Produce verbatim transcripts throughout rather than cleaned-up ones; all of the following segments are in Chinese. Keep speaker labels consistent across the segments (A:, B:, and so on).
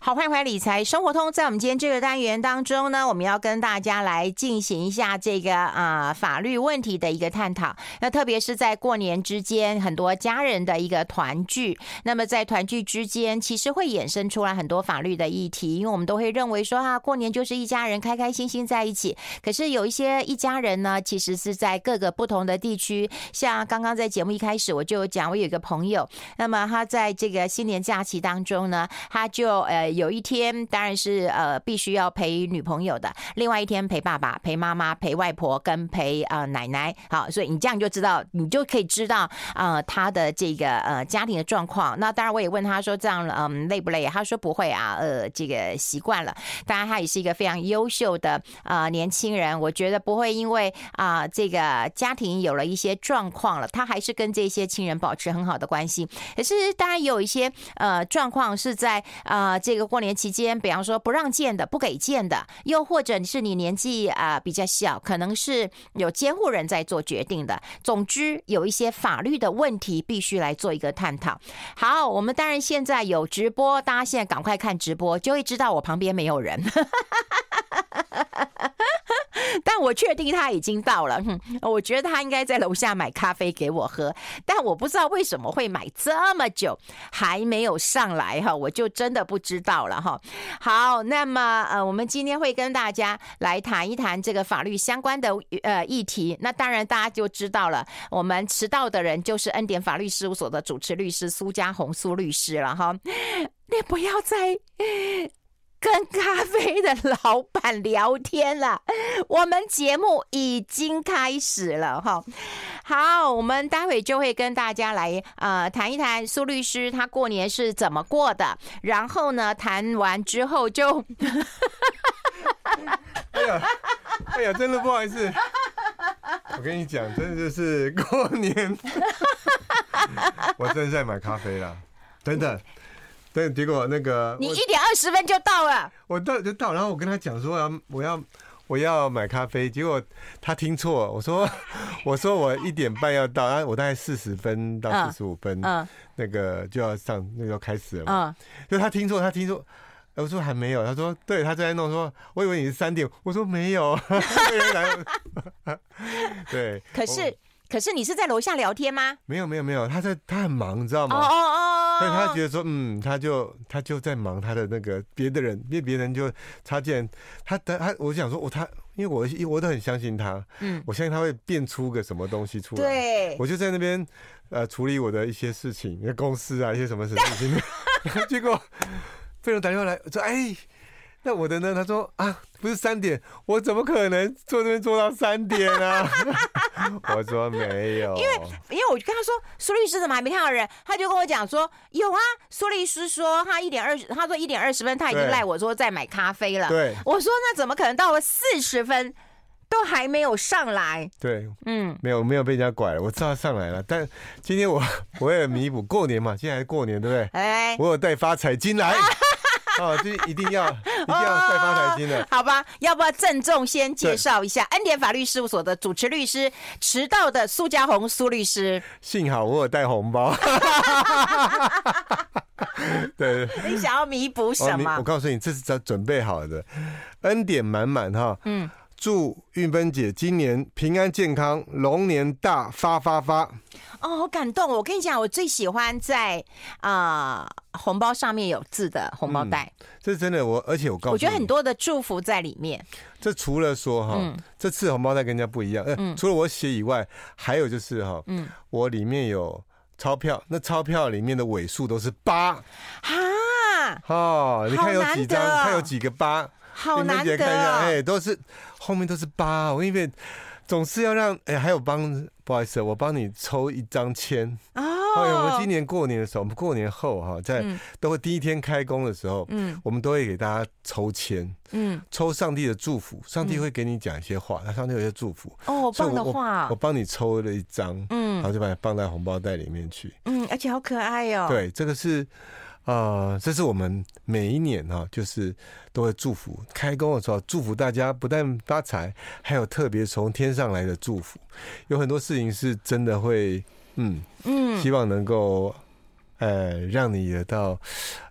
A: 好，欢迎回来理财生活通。在我们今天这个单元当中呢，我们要跟大家来进行一下这个啊、呃、法律问题的一个探讨。那特别是在过年之间，很多家人的一个团聚，那么在团聚之间，其实会衍生出来很多法律的议题，因为我们都会认为说啊，过年就是一家人开开心心在一起。可是有一些一家人呢，其实是在各个不同的地区，像刚刚在节目一开始我就有讲，我有一个朋友，那么他在这个新年假期当中呢，他就呃。有一天当然是呃必须要陪女朋友的，另外一天陪爸爸、陪妈妈、陪外婆跟陪呃奶奶。好，所以你这样就知道，你就可以知道呃他的这个呃家庭的状况。那当然我也问他说这样嗯累不累？他说不会啊，呃这个习惯了。当然他也是一个非常优秀的呃年轻人，我觉得不会因为啊、呃、这个家庭有了一些状况了，他还是跟这些亲人保持很好的关系。可是当然也有一些呃状况是在呃这个过年期间，比方说不让见的、不给见的，又或者是你年纪啊、呃、比较小，可能是有监护人在做决定的。总之，有一些法律的问题必须来做一个探讨。好，我们当然现在有直播，大家现在赶快看直播，就会知道我旁边没有人。但我确定他已经到了，我觉得他应该在楼下买咖啡给我喝，但我不知道为什么会买这么久还没有上来哈，我就真的不知道了哈。好，那么呃，我们今天会跟大家来谈一谈这个法律相关的呃议题。那当然大家就知道了，我们迟到的人就是恩典法律事务所的主持律师苏嘉宏苏律师了哈。你不要再跟咖啡的老板聊天了，我们节目已经开始了哈。好，我们待会就会跟大家来呃谈一谈苏律师他过年是怎么过的，然后呢谈完之后就
B: 哎呀哎呀，真的不好意思，我跟你讲，真的就是过年我真的在买咖啡啦，真的。对，结果那个
A: 你一点二十分就到了，
B: 我到就到，然后我跟他讲说我要我要我要买咖啡，结果他听错，我说我说我一点半要到，然后我大概四十分到四十五分，嗯，那个就要上那个要开始了嘛，嗯，就他听错，他听错。我说还没有，他说对，他在弄，说我以为你是三点，我说没有，对，
A: 可是。可是你是在楼下聊天吗？
B: 没有没有没有，他在他很忙，你知道吗？
A: 哦哦哦，
B: 所以他觉得说，嗯，他就他就在忙他的那个别的人，因为别人就插进他他，我想说，我他因为我我都很相信他，嗯，我相信他会变出个什么东西出来。
A: 对，
B: 我就在那边呃处理我的一些事情，公司啊一些什么事情，结果被人打电话来说，哎。那我的呢？他说啊，不是三点，我怎么可能坐这边坐到三点啊？我说没有，
A: 因为因为我就跟他说，苏律师怎么还没看到人？他就跟我讲说有啊，苏律师说他一点二十，他说一点二十分他已经赖我说在买咖啡了。
B: 对，
A: 我说那怎么可能到了四十分都还没有上来？
B: 对，嗯，没有没有被人家拐了，我知道他上来了，但今天我我为了弥补过年嘛，现在还过年对不对？哎，我有带发财金来。哦，这一定要一定要带发财金的，
A: 好吧？要不要郑重先介绍一下恩典法律事务所的主持律师，迟到的苏嘉宏苏律师？
B: 幸好我有带红包。对，
A: 你想要弥补什么？
B: 哦，我告诉你，这是准备好的，恩典满满哈。嗯，祝运芬姐今年平安健康，龙年大发发发。
A: 哦，好感动！我跟你讲，我最喜欢在啊、呃、红包上面有字的红包袋，
B: 嗯，这是真的。我而且我告诉你，
A: 我觉得很多的祝福在里面。
B: 这除了说哈，嗯，这次红包袋跟人家不一样，呃，嗯，除了我写以外，还有就是哈，嗯，我里面有钞票，那钞票里面的尾数都是八啊，哦，你看有几张，哦，看有几个八，
A: 好难得，
B: 看一下，哎，都是后面都是八，我因为总是要让，哎，还有帮，不好意思，我帮你抽一张签哦。哎，我们今年过年的时候，我们过年后哈，在都会第一天开工的时候，嗯，我们都会给大家抽签，嗯，抽上帝的祝福，上帝会给你讲一些话，那上帝有一些祝福
A: 哦，棒的话，
B: 我帮你抽了一张，嗯，然后就把它放在红包袋里面去，
A: 嗯，而且好可爱哦。
B: 对，这个是。呃，这是我们每一年哈，就是都会祝福开工的时候，祝福大家不但发财，还有特别从天上来的祝福。有很多事情是真的会，嗯嗯，希望能够呃让你得到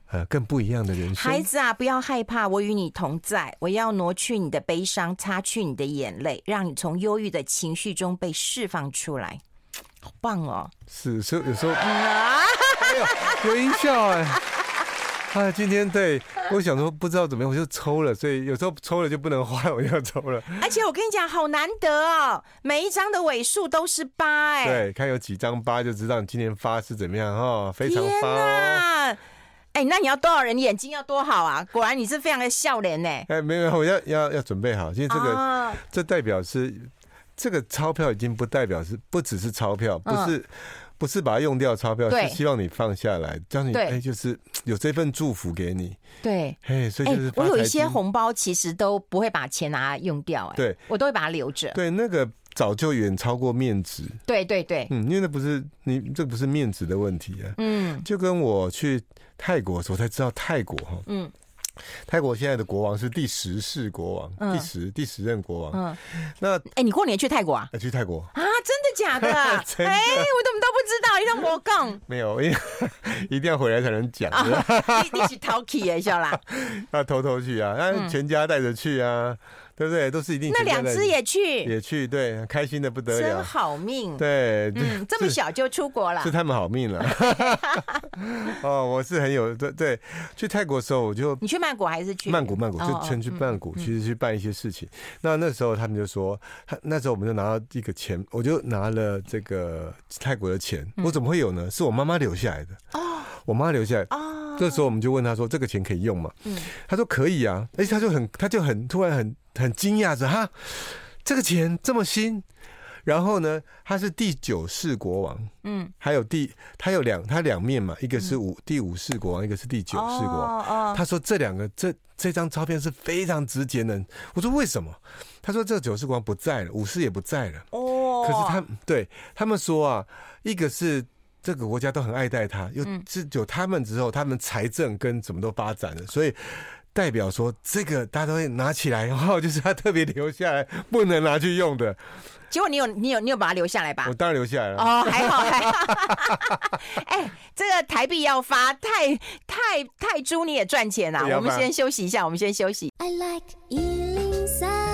B: 呃更不一样的人生。
A: 孩子啊，不要害怕，我与你同在，我要挪去你的悲伤，擦去你的眼泪，让你从忧郁的情绪中被释放出来。好棒哦！
B: 是，所以有时候，哎呦，有音效哎、欸。啊，今天对我想说不知道怎么样，我就抽了，所以有时候抽了就不能换，我就抽了。
A: 而且我跟你讲，好难得哦，每一张的尾数都是八哎。
B: 对，看有几张八就知道你今天发是怎么样哈，非常发哦。
A: 哎、欸，那你要多少人眼睛要多好啊？果然你是非常的笑脸呢。哎、
B: 欸，没有，我要要要准备好，因为这个、哦、这代表是这个钞票已经不代表是不只是钞票，不是。嗯不是把它用掉钞票，是希望你放下来，让你哎、欸，就是有这份祝福给你。
A: 对，
B: 哎，所以就是、欸、
A: 我有一些红包其实都不会把钱拿来用掉、欸，哎，
B: 对，
A: 我都会把它留着。
B: 对，那个早就远超过面子。
A: 对对对，
B: 嗯，因为那不是你这不是面子的问题啊。嗯，就跟我去泰国的时候才知道泰国哈，嗯。泰国现在的国王是第十世国王，嗯、第十第十任国王。嗯，那哎、
A: 欸，你过年去泰国啊？
B: 去泰国
A: 啊？真的假的？哎、欸，我怎么都不知道？你让我讲。
B: 没有，因为一定要回来才能讲。啊、
A: 你你是偷去的，晓啦？
B: 要偷偷去啊，那全家带着去啊。对不对？都是一定。
A: 那两只也去，
B: 也去，对，开心的不得了，
A: 真好命。
B: 对，
A: 嗯，这么小就出国了，
B: 是他们好命了。哦，我是很有对对，去泰国的时候我就，
A: 你去曼谷还是去
B: 曼谷？曼谷就全去曼谷，其实去办一些事情。那那时候他们就说，他那时候我们就拿到一个钱，我就拿了这个泰国的钱，我怎么会有呢？是我妈妈留下来的。哦，我妈留下来。哦，这时候我们就问他说：“这个钱可以用吗？”嗯，他说可以啊，而且他就很，他就很突然很。很惊讶着哈，这个钱这么新，然后呢，他是第九世国王，嗯，还有第他有两他两面嘛，一个是五、嗯、第五世国王，一个是第九世国王。哦哦、他说这两个这这张照片是非常直接的。我说为什么？他说这个九世国王不在了，五世也不在了。哦，可是他对他们说啊，一个是。这个国家都很爱戴他，又是有他们之后，他们财政跟什么都发展了，所以代表说这个大家都会拿起来，然后就是他特别留下来，不能拿去用的。
A: 结果你有你有你有把它留下来吧？
B: 我当然留下来了。
A: 哦，还好还好。哎、欸，这个台币要发，泰泰泰铢你也赚钱啊！我们先休息一下，我们先休息。I like 一零三。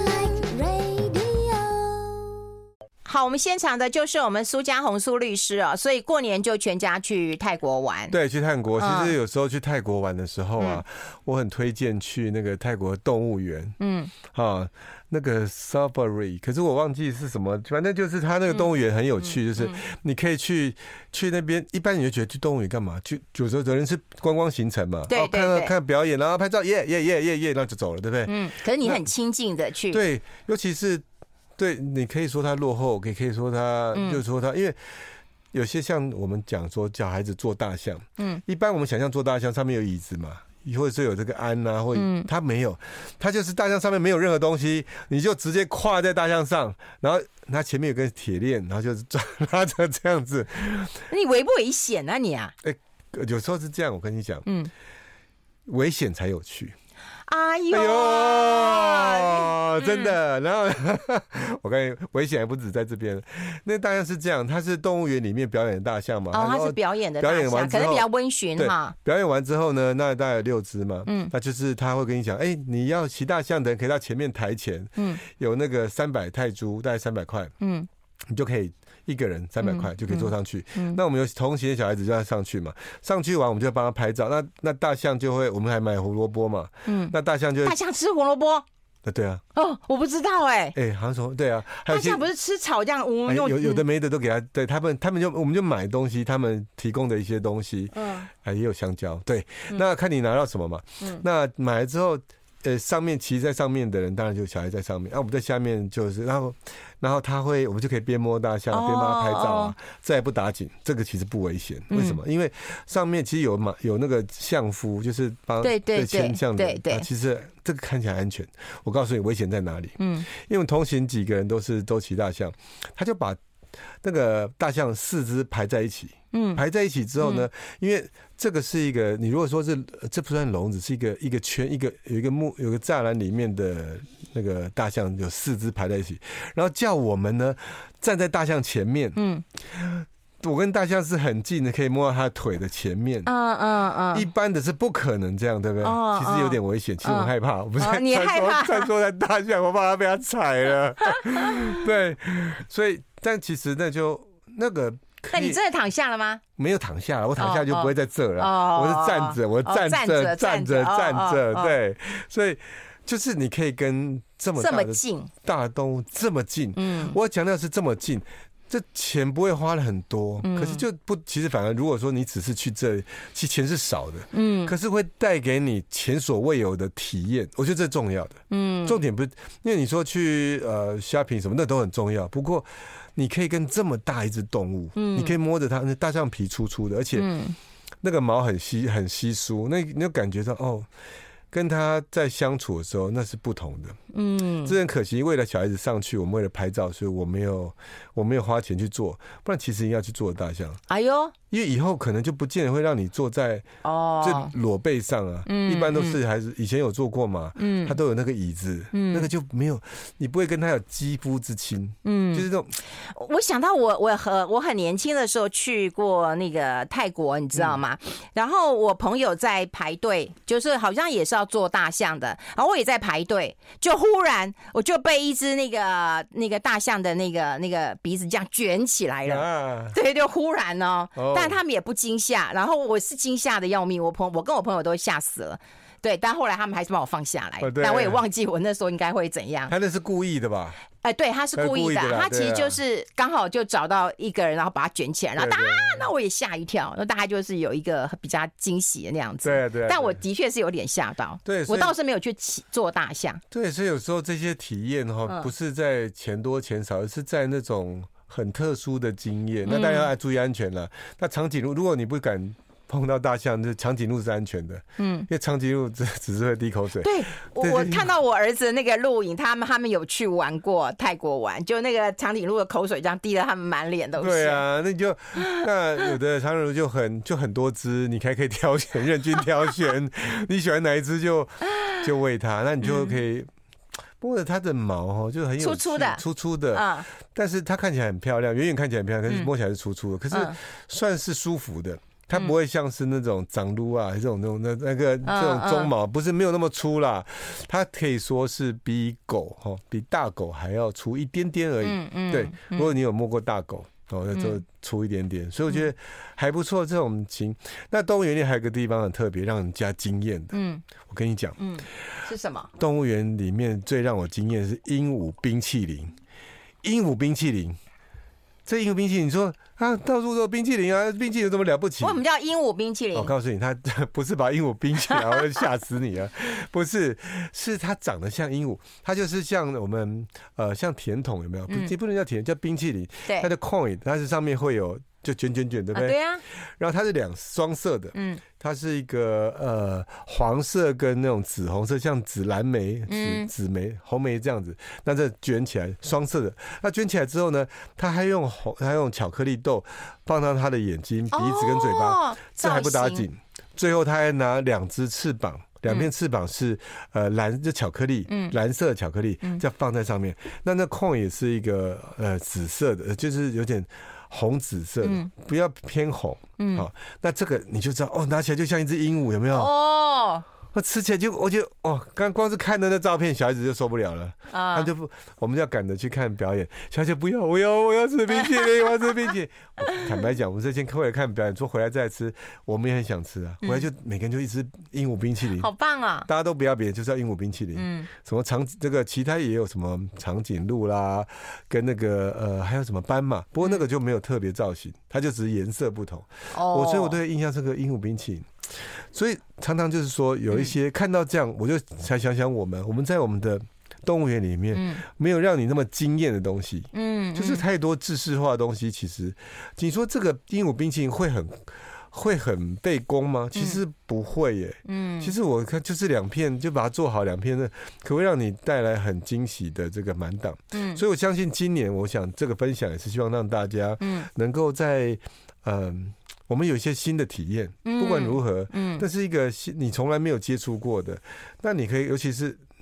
A: 好，我们现场的就是我们苏嘉宏苏律师哦，所以过年就全家去泰国玩。
B: 对，去泰国。其实有时候去泰国玩的时候啊，嗯、我很推荐去那个泰国动物园。嗯，啊，那个 Safari， 可是我忘记是什么，反正就是他那个动物园很有趣，嗯、就是你可以去去那边。一般你就觉得去动物园干嘛？去有时候有人是观光行程嘛，
A: 对对对，
B: 哦、看看表演，然后拍照，耶耶耶耶耶，然后就走了，对不对？
A: 嗯，可是你很亲近的去。
B: 对，尤其是。对，你可以说他落后，可以可以说他，嗯、就是说他，因为有些像我们讲说小孩子坐大象，嗯，一般我们想象坐大象上面有椅子嘛，或者是有这个鞍啊，或者他没有，他就是大象上面没有任何东西，你就直接跨在大象上，然后他前面有根铁链，然后就是拉着这样子，
A: 你危不危险啊你啊？
B: 哎、欸，有时候是这样，我跟你讲，嗯，危险才有趣。
A: 哎呦，
B: 哎呦，真的！嗯、然后我看危险还不止在这边，那大象是这样，它是动物园里面表演的大象嘛？
A: 哦，它是表演的大象，表演完之后可能比较温驯哈。
B: 表演完之后呢，那大概有六只嘛，嗯，那就是他会跟你讲，哎、欸，你要骑大象的人可以到前面台前，嗯，有那个三百泰铢，大概三百块，嗯，你就可以。一个人三百块就可以坐上去，嗯嗯、那我们有同行的小孩子就要上去嘛，上去完我们就要帮他拍照。那那大象就会，我们还买胡萝卜嘛，嗯，那大象就
A: 大象吃胡萝卜，
B: 啊对啊，
A: 哦我不知道哎、
B: 欸，哎、欸、好像说对啊，还有
A: 大象不是吃草这样，嗯、
B: 有有的没的都给他，对他们他们就我们就买东西，他们提供的一些东西，嗯，还也有香蕉，对，嗯、那看你拿到什么嘛，嗯，那买了之后。呃，上面骑在上面的人，当然就小孩在上面，啊，我们在下面就是，然后，然后他会，我们就可以边摸大象，边帮他拍照啊，这还不打紧，这个其实不危险，为什么？因为上面其实有嘛，有那个相夫，就是帮
A: 对对
B: 牵象的，
A: 对对，
B: 其实这个看起来安全。我告诉你，危险在哪里？嗯，因为同行几个人都是都骑大象，他就把那个大象四肢排在一起。嗯，排在一起之后呢，因为这个是一个，你如果说是这不算笼子，是一个一个圈，一个有一个木有个栅栏里面的那个大象有四只排在一起，然后叫我们呢站在大象前面，嗯， 我跟大象是很近的，可以摸到它的腿的前面。
A: 嗯嗯嗯，
B: 一般的是不可能这样，对不对？
A: 哦、
B: 其实有点危险，其实我害怕，我不是
A: 哦、你害怕
B: 站坐在大象，我怕它被它踩了。对，所以但其实那就那个。
A: 那你真的躺下了吗？
B: 没有躺下了，我躺下就不会在这了。哦、我是站着，我站着，站着，站着，对，所以就是你可以跟这么大的
A: 这么近
B: 大动物这么近。嗯，我强调是这么近。这钱不会花了很多，嗯、可是就不，其实反而如果说你只是去这，其实钱是少的，嗯，可是会带给你前所未有的体验，我觉得这是重要的，嗯，重点不是因为你说去呃 shopping 什么那都很重要，不过你可以跟这么大一只动物，嗯，你可以摸着它，那大象皮粗粗的，而且那个毛很稀很稀疏，那你就感觉到哦。跟他在相处的时候，那是不同的。嗯，这很可惜。为了小孩子上去，我们为了拍照，所以我没有，我没有花钱去做。不然其实应该去做大象。
A: 哎呦，
B: 因为以后可能就不见得会让你坐在哦这裸背上啊。嗯，一般都是还是以前有做过嘛。嗯，他都有那个椅子，嗯，那个就没有，你不会跟他有肌肤之亲。嗯，就是这种。
A: 我想到我我很我很年轻的时候去过那个泰国，你知道吗？嗯、然后我朋友在排队，就是好像也是要做大象的，然后我也在排队，就忽然我就被一只那个那个大象的那个那个鼻子这样卷起来了，啊、对，就忽然哦，哦但他们也不惊吓，然后我是惊吓的要命，我朋我跟我朋友都吓死了。对，但后来他们还是把我放下来，哦、但我也忘记我那时候应该会怎样。
B: 他那是故意的吧？
A: 哎、呃，对，他是故意的，他其实就是刚好就找到一个人，然后把他卷起来，然后啊，那我也吓一跳，那大概就是有一个比较惊喜的那样子。
B: 对 对, 对。
A: 但我的确是有点吓到，对，我倒是没有去做大象。
B: 对，所以有时候这些体验哈，不是在钱多钱少，而是在那种很特殊的经验。那大家要注意安全了。那长颈鹿，如果你不敢碰到大象，就长颈鹿是安全的，嗯，因为长颈鹿只只是会滴口水。
A: 对，我我看到我儿子那个录影，他们他们有去玩过泰国玩，就那个长颈鹿的口水这样滴得他们满脸都是。
B: 对啊，那你就那有的长颈鹿就很就很多只，你还可以挑选，任君挑选，你喜欢哪一只就就喂它，那你就可以。不过它的毛哦，就很有
A: 粗粗的，
B: 粗粗的，嗯，但是它看起来很漂亮，远远看起来很漂亮，可是摸起来是粗粗的，可是算是舒服的。它不会像是那种长撸啊，这种那种那那个这种鬃毛，不是没有那么粗啦。它可以说是比狗哈，比大狗还要粗一点点而已。嗯嗯，对，如果你有摸过大狗，哦，那就粗一点点，所以我觉得还不错。这种情，那动物园里还有个地方很特别，让人家惊艳的。嗯，我跟你讲，
A: 嗯，是什么？
B: 动物园里面最让我惊艳的是鹦鹉冰淇淋。鹦鹉冰淇淋。这鹦鹉冰淇淋，你说啊，到处都有冰淇淋啊，冰淇淋有什么了不起？
A: 为什么叫鹦鹉冰淇淋？
B: 我告诉你，它不是把鹦鹉冰起来会吓死你啊，不是，是它长得像鹦鹉，它就是像我们呃像甜筒有没有？不，不能叫甜，叫冰淇淋。对，它的 coin， 它是上面会有就卷卷卷，对不对？
A: 啊对啊。
B: 然后它是两双色的，嗯，它是一个呃黄色跟那种紫红色，像紫蓝莓、紫紫莓、红莓这样子。那这卷起来双色的，那卷起来之后呢，它还用红，还用巧克力豆放到它的眼睛、鼻子跟嘴巴，哦、这还不打紧。最后他还拿两只翅膀。两片翅膀是呃蓝就巧克力，嗯，蓝色的巧克力，嗯，这样放在上面。那那控也是一个呃紫色的，就是有点红紫色的，嗯、不要偏红，嗯，好，那这个你就知道哦，拿起来就像一只鹦鹉，有没有？哦。那吃起来就，我觉得哦，刚光是看到那照片，小孩子就受不了了啊！他就不，我们就要赶着去看表演。小孩子不要，我要，我要吃冰淇淋，我要吃冰淇淋。坦白讲，我们这先为了看表演，说回来再吃，我们也很想吃啊。回来就每个人就一吃鹦鹉冰淇淋，
A: 好棒啊！
B: 大家都不要别的，就是要鹦鹉冰淇淋。嗯，什么长这个其他也有什么长颈鹿啦，跟那个呃还有什么斑马，不过那个就没有特别造型，它就只是颜色不同。哦，我所以我对印象这个鹦鹉冰淇淋。所以常常就是说，有一些看到这样，我就才想想我们，我们在我们的动物园里面，没有让你那么惊艳的东西，嗯，就是太多制式化的东西。其实，你说这个鹦鹉冰淇淋会很会很被攻吗？其实不会耶，嗯，其实我看就是两片，就把它做好两片呢，可会让你带来很惊喜的这个满档。嗯，所以我相信今年，我想这个分享也是希望让大家，嗯，能够在嗯。呃我们有一些新的体验，不管如何，嗯，但是一个新你从来没有接触过的，那你可以，尤其是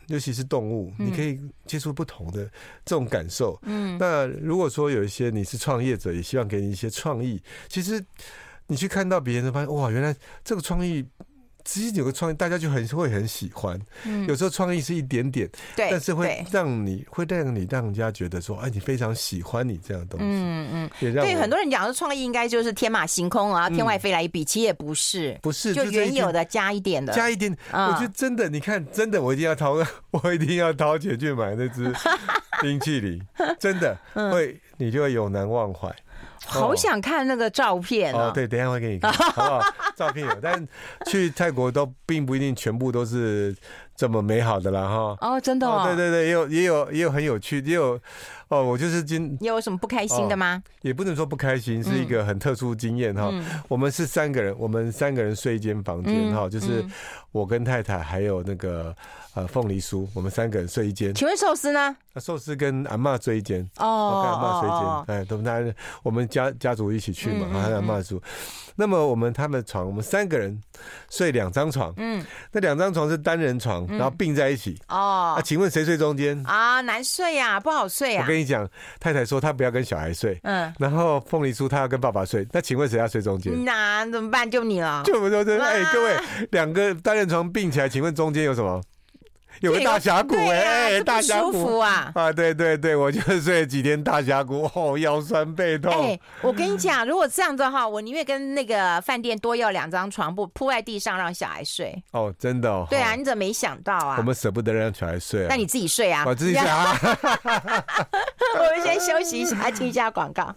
B: 尤其是动物，你可以接触不同的这种感受。嗯，那如果说有一些你是创业者，也希望给你一些创意，其实你去看到别人，发现哇，原来这个创意。其实有个创意，大家就很会很喜欢。嗯，有时候创意是一点点，对，但是会让你会让你让人家觉得说，哎，你非常喜欢你这样的东西。嗯嗯，
A: 对，很多人讲的创意应该就是天马行空啊，天外飞来一笔，其实也不是，
B: 不是，
A: 就原有的加一点的，
B: 加一点。我觉得真的，你看，真的，我一定要掏，我一定要掏钱去买那只冰淇淋，真的会，你就会永难忘怀。
A: 好想看那个照片哦！
B: 哦对，等一下会给你看，好不好？照片有，但去泰国都并不一定全部都是这么美好的啦，哈。
A: 哦，真的哦。
B: 哦对对对，也有也有也有很有趣，也有哦，我就是今
A: 也有什么不开心的吗？
B: 哦、也不能说不开心，是一个很特殊经验哈。嗯、我们是三个人，我们三个人睡一间房间哈、嗯，就是我跟太太还有那个呃凤梨酥，我们三个人睡一间。
A: 请问寿司呢？
B: 寿司跟阿嬷睡一间
A: 哦，
B: 跟阿嬷睡一间，哎，都那我们家家族一起去嘛，还有阿嬷住。那么我们他们床，我们三个人睡两张床，嗯，那两张床是单人床，然后并在一起。哦，那请问谁睡中间？
A: 啊，难睡呀，不好睡呀。
B: 我跟你讲，太太说她不要跟小孩睡，嗯，然后凤梨酥她要跟爸爸睡，那请问谁要睡中间？
A: 那怎么办？就你了。
B: 就我说这，哎，各位，两个单人床并起来，请问中间有什么？有个大峡谷哎、欸，大峡谷
A: 舒服啊！
B: 啊，对对对，我就睡了几天大峡谷，哦，腰酸背痛。哎、
A: 欸，我跟你讲，如果这样的话，我宁愿跟那个饭店多要两张床铺铺在地上让小孩睡。
B: 哦，真的哦。
A: 对啊，你怎么没想到啊？
B: 我们舍不得让小孩睡、啊，
A: 那你自己睡啊！
B: 我自己睡啊。
A: 我们先休息一下，听一下广告。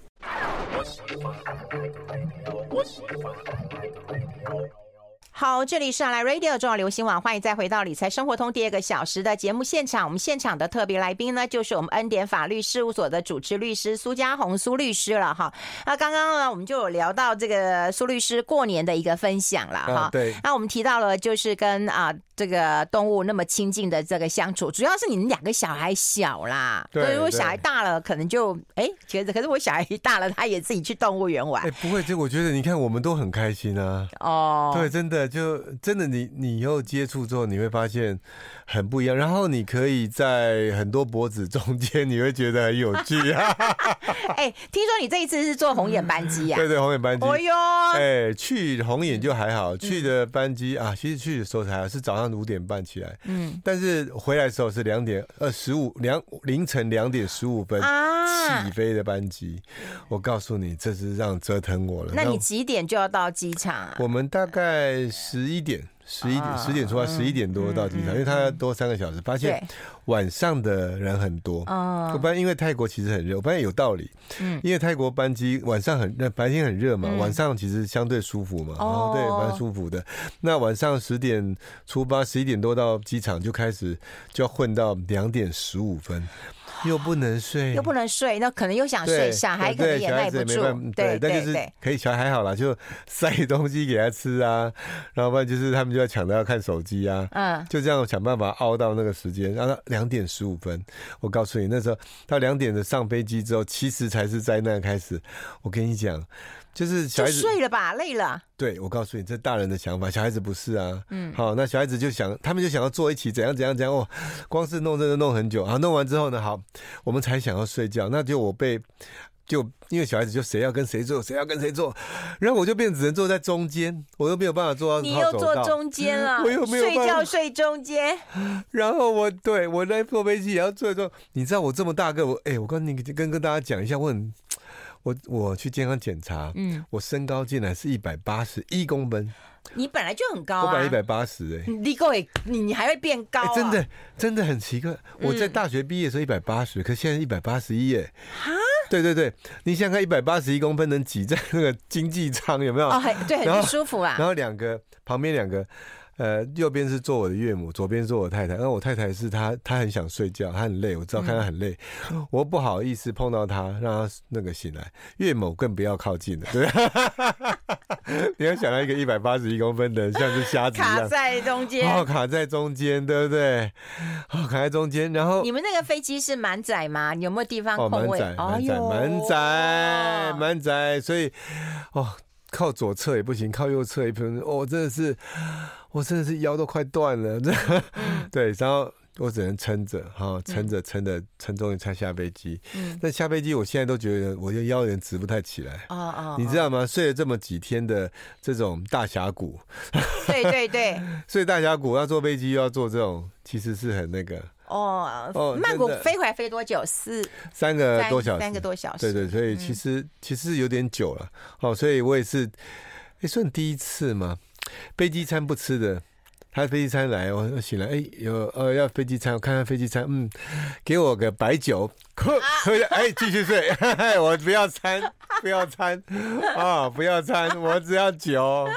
A: 好，这里是来 Radio 中央流行网，欢迎再回到理财生活通第二个小时的节目现场。我们现场的特别来宾呢，就是我们恩典法律事务所的主持律师苏嘉宏苏律师了哈。那刚刚呢，我们就有聊到这个苏律师过年的一个分享了哈、啊。
B: 对。
A: 那我们提到了就是跟啊这个动物那么亲近的这个相处，主要是你们两个小孩小啦。对。如果小孩大了，可能就哎觉得，可是我小孩一大了，他也自己去动物园玩。
B: 哎，不会，这我觉得你看我们都很开心啊。哦。对，真的。就真的你你以后接触之后你会发现很不一样，然后你可以在很多脖子中间你会觉得很有趣啊。
A: 哎，听说你这一次是坐红眼班机啊？
B: 对对，红眼班机。
A: 哦哟，
B: 哎，去红眼就还好，去的班机啊，其实去的时候还好，是早上五点半起来，嗯，但是回来的时候是两点呃十五两凌晨两点十五分起飞的班机。我告诉你，这是让折腾我了。
A: 那你几点就要到机场啊？
B: 我们大概十一点。十一点十点出发，十一点多到机场，因为他要多三个小时。发现晚上的人很多，我发现因为泰国其实很热，我发现有道理。嗯，因为泰国班机晚上很热，白天很热嘛，晚上其实相对舒服嘛，哦，对，蛮舒服的。那晚上十点出发，十一点多到机场就开始就要混到两点十五分。又不能睡，
A: 又不能睡，那可能又想睡，小孩可能也耐不住。
B: 对，但就是可以，小孩还好啦，就塞东西给他吃啊，然后不然就是他们就要抢着要看手机啊，嗯，就这样想办法熬到那个时间，然后两点十五分。我告诉你，那时候到两点的上飞机之后，其实才是灾难开始。我跟你讲。就是小孩子
A: 就睡了吧，累了。
B: 对，我告诉你，这大人的想法，小孩子不是啊。嗯，好，那小孩子就想，他们就想要坐一起，怎样怎样怎样。哦，光是弄这个弄很久啊，弄完之后呢，好，我们才想要睡觉。那就我被，就因为小孩子就谁要跟谁坐，谁要跟谁坐，然后我就变只能坐在中间，我又没有办法坐到。
A: 你又坐中间了，
B: 我又没有办法
A: 睡觉睡中间。
B: 然后我对我在坐飞机也要坐坐。你知道我这么大个，我哎、欸，我跟你跟跟大家讲一下，我很。我我去健康检查，嗯，我身高竟然是一百八十一公分。
A: 你本来就很高啊，
B: 我本来一百八十哎，
A: 你够也你你还会变高、啊欸？
B: 真的真的很奇怪。我在大学毕业的时候一百八十，可现在一百八十一哎。哈？对对对，你想想看，一百八十一公分能挤在那个经济舱有没有？
A: 哦，很对，很舒服啊。
B: 然后两个旁边两个。呃，右边是坐我的岳母，左边是坐我太太。然后我太太是她，她很想睡觉，她很累，我知道看她很累，嗯、我不好意思碰到她，让她那个醒来。岳母更不要靠近了，对。你要想到一个一百八十一公分的人，像是瞎子一样，
A: 卡在中间，
B: 哦，卡在中间，对不对？哦，卡在中间，然后
A: 你们那个飞机是满载吗？有没有地方空位？
B: 哦，满载，满载，满载，所以，哦。靠左侧也不行，靠右侧也不行。哦，真的是，我真的是腰都快断了。嗯、对，然后我只能撑着哈，撑着撑着撑，终于才下飞机。嗯，但下飞机我现在都觉得我的腰有点直不太起来。哦哦，你知道吗？睡了这么几天的这种大峡谷，
A: 对对对，
B: 睡大峡谷要坐飞机又要坐这种，其实是很那个。
A: 哦哦，曼谷飞回来飞多久？四
B: 三个多小时，
A: 三个多小时。
B: 对对，所以其实、嗯、其实有点久了。哦，所以我也是，哎，算第一次嘛，飞机餐不吃的。他飞机餐来，我醒来，哎，有呃要飞机餐，我看看飞机餐，嗯，给我个白酒，喝喝，哎，继续睡，我不要餐，不要餐，啊，不要餐，我只要酒。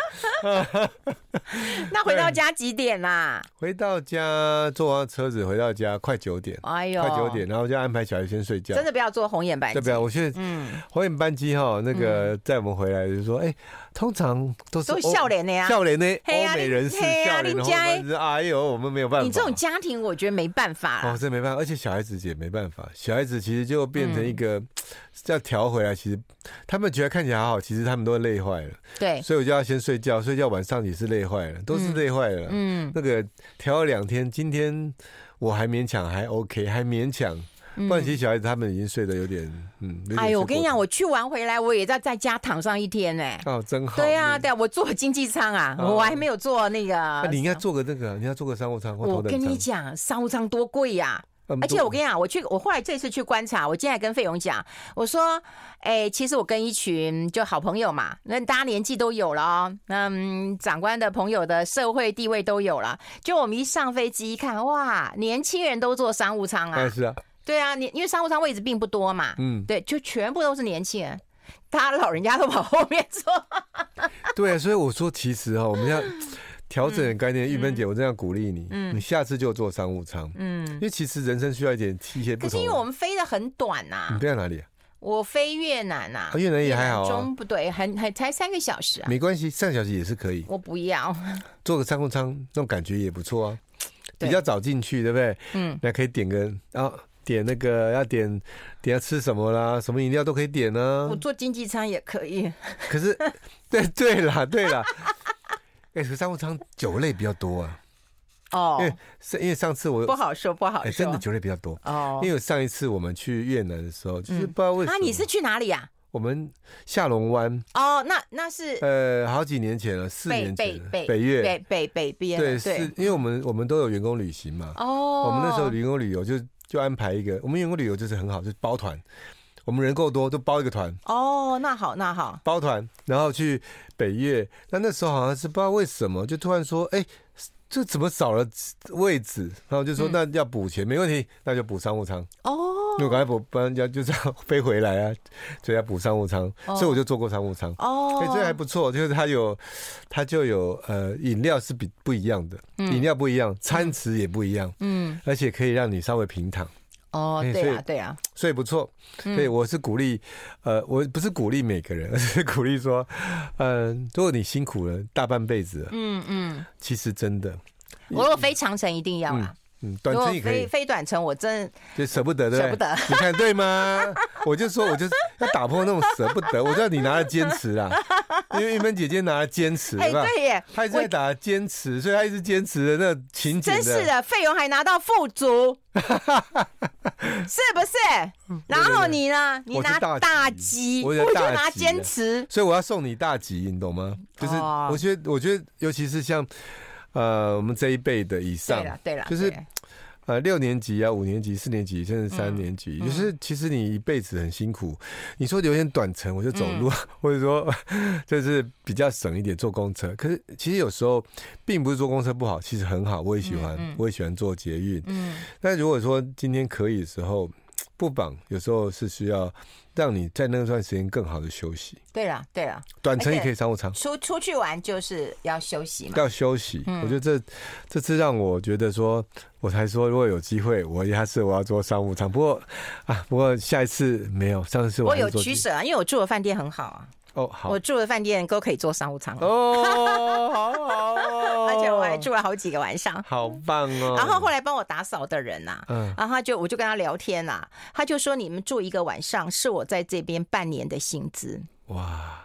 A: 那回到家几点啦？
B: 回到家坐完车子回到家快九点，哎呦，快九点，然后就安排小孩先睡觉。
A: 真的不要坐红眼班机，
B: 对不要？我觉得，嗯，红眼班机哈，那个在我们回来就说，哎，通常都是
A: 都笑脸的呀，
B: 笑脸的欧美人士笑脸的。哎呦，我们没有办法。
A: 你这种家庭，我觉得没办法
B: 哦，这没办法，而且小孩子也没办法。小孩子其实就变成一个、嗯、要调回来，其实他们觉得看起来好好，其实他们都累坏了。
A: 对，
B: 所以我就要先睡觉，睡觉晚上也是累坏了，都是累坏了。嗯，那个调了两天，今天我还勉强还 OK， 还勉强。不然其实小孩子他们已经睡得有点，嗯。
A: 哎呦，我跟你讲，我去完回来，我也在在家躺上一天呢、欸。
B: 哦，真好。
A: 对啊，对啊，我坐经济舱啊，哦、我还没有坐那个。
B: 那、啊、你应该坐个那个，你要坐个商务舱或头等舱。
A: 我跟你讲，商务舱多贵呀、啊！而且我跟你讲，我去，我后来这次去观察，我今天还跟费勇讲，我说，哎、欸，其实我跟一群就好朋友嘛，那大家年纪都有了哦，嗯，长官的朋友的社会地位都有了，就我们一上飞机一看，哇，年轻人都坐商务舱啊。
B: 哎，是啊。
A: 对啊，你因为商务舱位置并不多嘛，嗯，对，就全部都是年轻人，他老人家都往后面坐。
B: 对啊，所以我说其实哈、哦，我们要调整概念。玉芬姐，我这样鼓励你，嗯，你下次就坐商务舱，嗯，因为其实人生需要一点一些不同。
A: 可是因为我们飞得很短呐、啊，
B: 你飞到哪里啊？
A: 我飞越南啊，
B: 啊越南也还好啊，
A: 中不对，很很才三个小时啊，
B: 没关系，三个小时也是可以。
A: 我不要，
B: 坐个商务舱那种感觉也不错啊，比较早进去，对不对？嗯，那可以点个然后。点那个要点点要吃什么啦，什么饮料都可以点呢、啊。
A: 我坐经济舱也可以。
B: 可是，对对啦对啦，哎、欸，商务舱酒类比较多啊。哦，因为因为上次我
A: 不好说不好说、欸，
B: 真的酒类比较多哦。因为上一次我们去越南的时候，就是不知道为什么。
A: 啊，你是去哪里啊？
B: 我们下龙湾
A: 哦，那那是
B: 呃好几年前了，四年前了，
A: 北
B: 北越
A: 北北北边
B: 对，是因为我们我们都有员工旅行嘛。哦，我们那时候员工旅游就。就安排一个，我们员工旅游就是很好，就是包团，我们人够多就包一个团。
A: 哦，那好那好，
B: 包团，然后去北越。那那时候好像是不知道为什么，就突然说，哎、欸，这怎么少了位置？然后就说、嗯、那要补钱，没问题，那就补商务舱。哦，因为赶快补，不然要就这样飞回来啊，所以要补商务舱、哦，所以我就坐过商务舱。哦，所以这还不错，就是它有，它就有呃饮料是比不一样的，饮、嗯、料不一样，餐池也不一样，嗯，而且可以让你稍微平躺。
A: 哦，对啊，对啊，
B: 所以不错。所以我是鼓励，呃，我不是鼓励每个人，而是鼓励说，嗯、呃，如果你辛苦了大半辈子了，嗯嗯，其实真的，
A: 我如果飞长程一定要啦。嗯
B: 嗯，短程也可以，
A: 飞飞短程我真
B: 就舍不得，对不对？
A: 舍不得，
B: 你看对吗？我就说，我就是要打破那种舍不得。我知道你拿了坚持啦，因为玉芬姐姐拿了坚持，
A: 哎、欸，对耶，
B: 她一直在打坚持，所以她一直坚持的那个情景的。
A: 真是的，费用还拿到副组，是不是？然后你呢？你拿大吉，我就拿坚持，
B: 所以我要送你大吉，你懂吗？就是我觉得，我觉得，尤其是像。呃，我们这一辈的以上，
A: 对了，对了，
B: 就是呃六年级啊、五年级、四年级，甚至三年级，嗯、就是其实你一辈子很辛苦。你说有点短程，我就走路，嗯、或者说就是比较省一点坐公车。可是其实有时候并不是坐公车不好，其实很好，我也喜欢，嗯嗯、我也喜欢坐捷运。嗯，但如果说今天可以的时候，不妨有时候是需要。让你在那段时间更好的休息。
A: 对了，对了，
B: 短程也可以商务舱。
A: 出出去玩就是要休息嘛，
B: 要休息。嗯、我觉得这这次让我觉得说，我才说如果有机会，我下次我要做商务舱。不过啊，不过下一次没有，上次我,
A: 我有取舍啊，因为我住的饭店很好啊。
B: 哦，好，
A: 我住的饭店都可以做商务舱
B: 哦，好好哦，
A: 而且我还住了好几个晚上，
B: 好棒哦。
A: 然后后来帮我打扫的人呐、啊，嗯，然后他就我就跟他聊天呐、啊，他就说你们住一个晚上是我在这边半年的薪资。哇，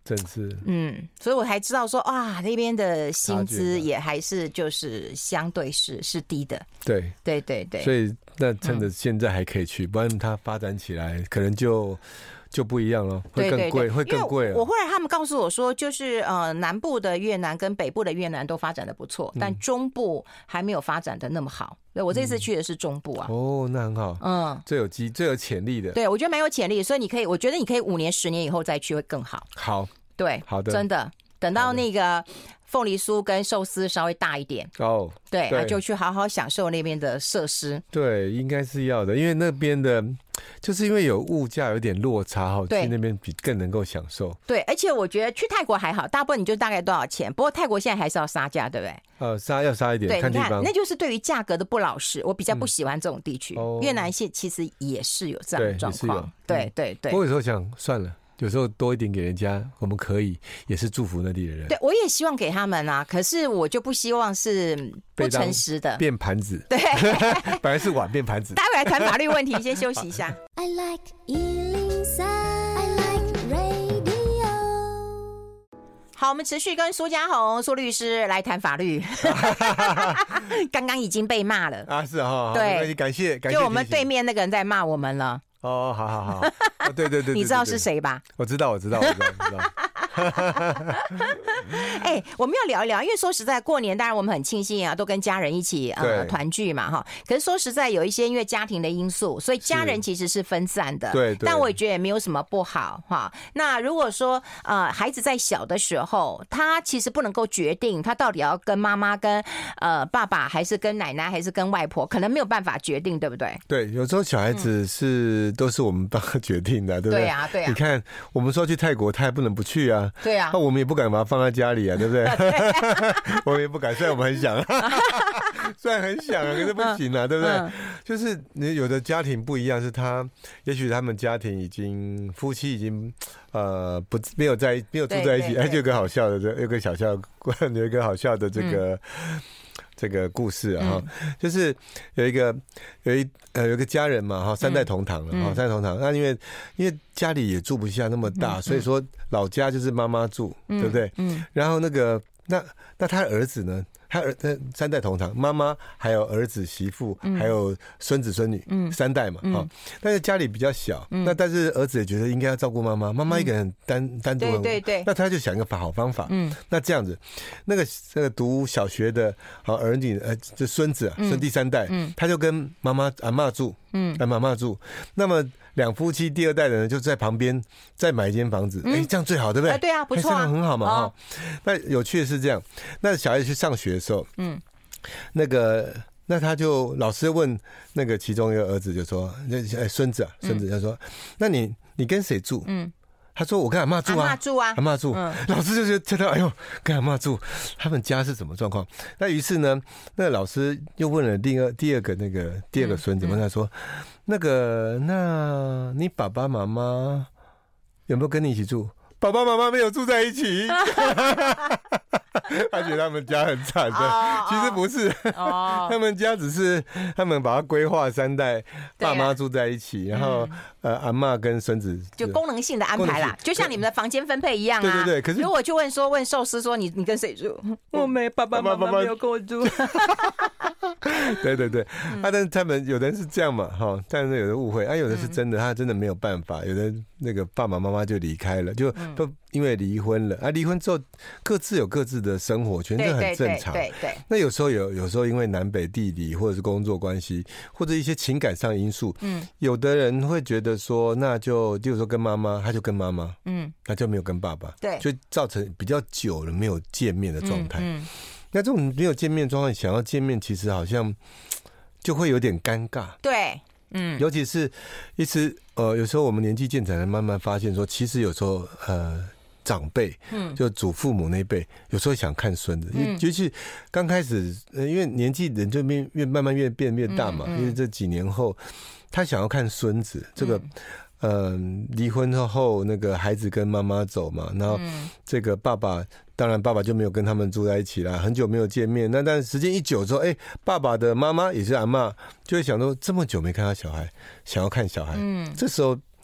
B: 真是，
A: 嗯，所以我才知道说啊，那边的薪资也还是就是相对是是低的。
B: 对
A: 对对对，
B: 所以那趁着现在还可以去，嗯、不然它发展起来可能就。就不一样了，会更贵，对对对，会更贵。
A: 我后来他们告诉我说，就是呃，南部的越南跟北部的越南都发展的不错，嗯、但中部还没有发展的那么好。对，我这次去的是中部啊。
B: 嗯、哦，那很好，嗯，最有机、最有潜力的。
A: 对，我觉得蛮有潜力，所以你可以，我觉得你可以五年、十年以后再去会更好。
B: 好，
A: 对，
B: 好的，
A: 真的，等到那个凤梨酥跟寿司稍微大一点哦，对，对，就去好好享受那边的设施。
B: 对，应该是要的，因为那边的。就是因为有物价有点落差哈，去那边比更能够享受。
A: 对，而且我觉得去泰国还好，大部分你就大概多少钱。不过泰国现在还是要杀价，对不对？
B: 呃，杀要杀一点，
A: 对，
B: 看地方。
A: 那就是对于价格的不老实，我比较不喜欢这种地区。嗯哦、越南现其实也是有这样的状况，对对对。
B: 我有时候想算了。有时候多一点给人家，我们可以也是祝福那里的人。
A: 对，我也希望给他们啊，可是我就不希望是不诚实的，
B: 变盘子。
A: 对，
B: 本来是碗变盘子。
A: 待会来谈法律问题，先休息一下。I like 一零三 I like radio。好，我们持续跟苏嘉宏苏律师来谈法律。刚刚已经被骂了
B: 啊，是哈，
A: 对，
B: 感谢感谢。
A: 就我们对面那个人在骂我们了。
B: 哦，好好好，哦、对对 对, 对，
A: 你知道是谁吧？
B: 我知道，我知道，我知道，我知道。
A: 哎，我们要聊一聊，因为说实在，过年当然我们很庆幸啊，都跟家人一起呃团聚嘛哈。可是说实在，有一些因为家庭的因素，所以家人其实是分散的。
B: 对，
A: 但我也觉得也没有什么不好哈。那如果说呃孩子在小的时候，他其实不能够决定他到底要跟妈妈、跟呃爸爸，还是跟奶奶，还是跟外婆，可能没有办法决定，对不对？
B: 对，有时候小孩子是、嗯、都是我们帮他决定的，对不对？
A: 对啊，对啊。
B: 你看，我们说去泰国，他也不能不去啊。
A: 对啊。
B: 那我们也不敢把它放在家里啊，对不对？我们也不敢，虽然我们很想，虽然很想啊，可是不行啊，对不对？嗯、就是你有的家庭不一样，是他也许他们家庭已经夫妻已经呃不没有在没有住在一起，哎，就有个好笑的，有个小笑，有一个好笑的这个。嗯这个故事啊，嗯、就是有一个有一呃有一个家人嘛哈，三代同堂了哈，嗯、三代同堂。那因为因为家里也住不下那么大，嗯、所以说老家就是妈妈住，嗯、对不对？嗯。然后那个那那他的儿子呢？他儿三代同堂，妈妈还有儿子媳妇，嗯、还有孙子孙女，嗯、三代嘛，哈、嗯。但是家里比较小，嗯、那但是儿子也觉得应该要照顾妈妈，妈妈一个人单、嗯、单独很，
A: 对对对。
B: 那他就想一个好方法，嗯，那这样子，那个那个读小学的好儿女，呃，就孙子啊，孙第三代，嗯，他就跟妈妈阿嬷住，嗯，跟妈妈住，那么。两夫妻第二代的人就在旁边再买一间房子，哎、嗯欸，这样最好，对不对？
A: 哎、对啊，不错、啊，
B: 这样很好嘛，哈、哦。那有趣的是这样，那小孩子去上学的时候，嗯，那个那他就老师问那个其中一个儿子就说，那哎孙子啊，孙子他说，嗯、那你你跟谁住？嗯。他说：“我跟阿嬷住啊，
A: 阿嬷住啊，
B: 阿嬷住。嗯”老师就觉得知道，哎呦，跟阿嬷住，他们家是什么状况？那于是呢，那个老师又问了第二第二个那个第二个孙子，问他说：“那个，那你爸爸妈妈有没有跟你一起住？”爸爸妈妈没有住在一起。他觉得他们家很惨的， oh, 其实不是， oh. 他们家只是他们把它规划三代，爸妈住在一起，然后、嗯、呃阿嬷跟孙子
A: 就功能性的安排啦，就像你们的房间分配一样啊。
B: 对对对，可是
A: 如果我就问说问寿司说你你跟谁住？我没，爸爸妈妈没有跟我住。
B: 对对对，嗯、啊，但是他们有的人是这样嘛，哈，但是有的误会，啊，有的是真的，他真的没有办法，有的那个爸爸妈妈就离开了，就都因为离婚了，啊，离婚之后各自有各自的生活圈，这很正常。
A: 对 对, 对, 对，
B: 那有时候有有时候因为南北地理或者是工作关系，或者一些情感上因素，嗯，有的人会觉得说，那就就是说跟妈妈，他就跟妈妈，嗯，他就没有跟爸爸，
A: 对，
B: 就造成比较久了没有见面的状态。嗯嗯，那这种没有见面状况，想要见面，其实好像就会有点尴尬。
A: 对，嗯，
B: 尤其是一直呃，有时候我们年纪渐长，慢慢发现说，其实有时候呃，长辈，嗯，就祖父母那辈，有时候想看孙子，嗯，尤其刚开始，呃，因为年纪人就越越慢慢越变越大嘛，嗯嗯，因为这几年后，他想要看孙子，这个。嗯嗯，离婚后那个孩子跟妈妈走嘛，然后这个爸爸，当然爸爸就没有跟他们住在一起啦，很久没有见面。那但是时间一久之后，哎、欸，爸爸的妈妈也是阿嬷，就会想说这么久没看到小孩，想要看小孩。嗯，这时候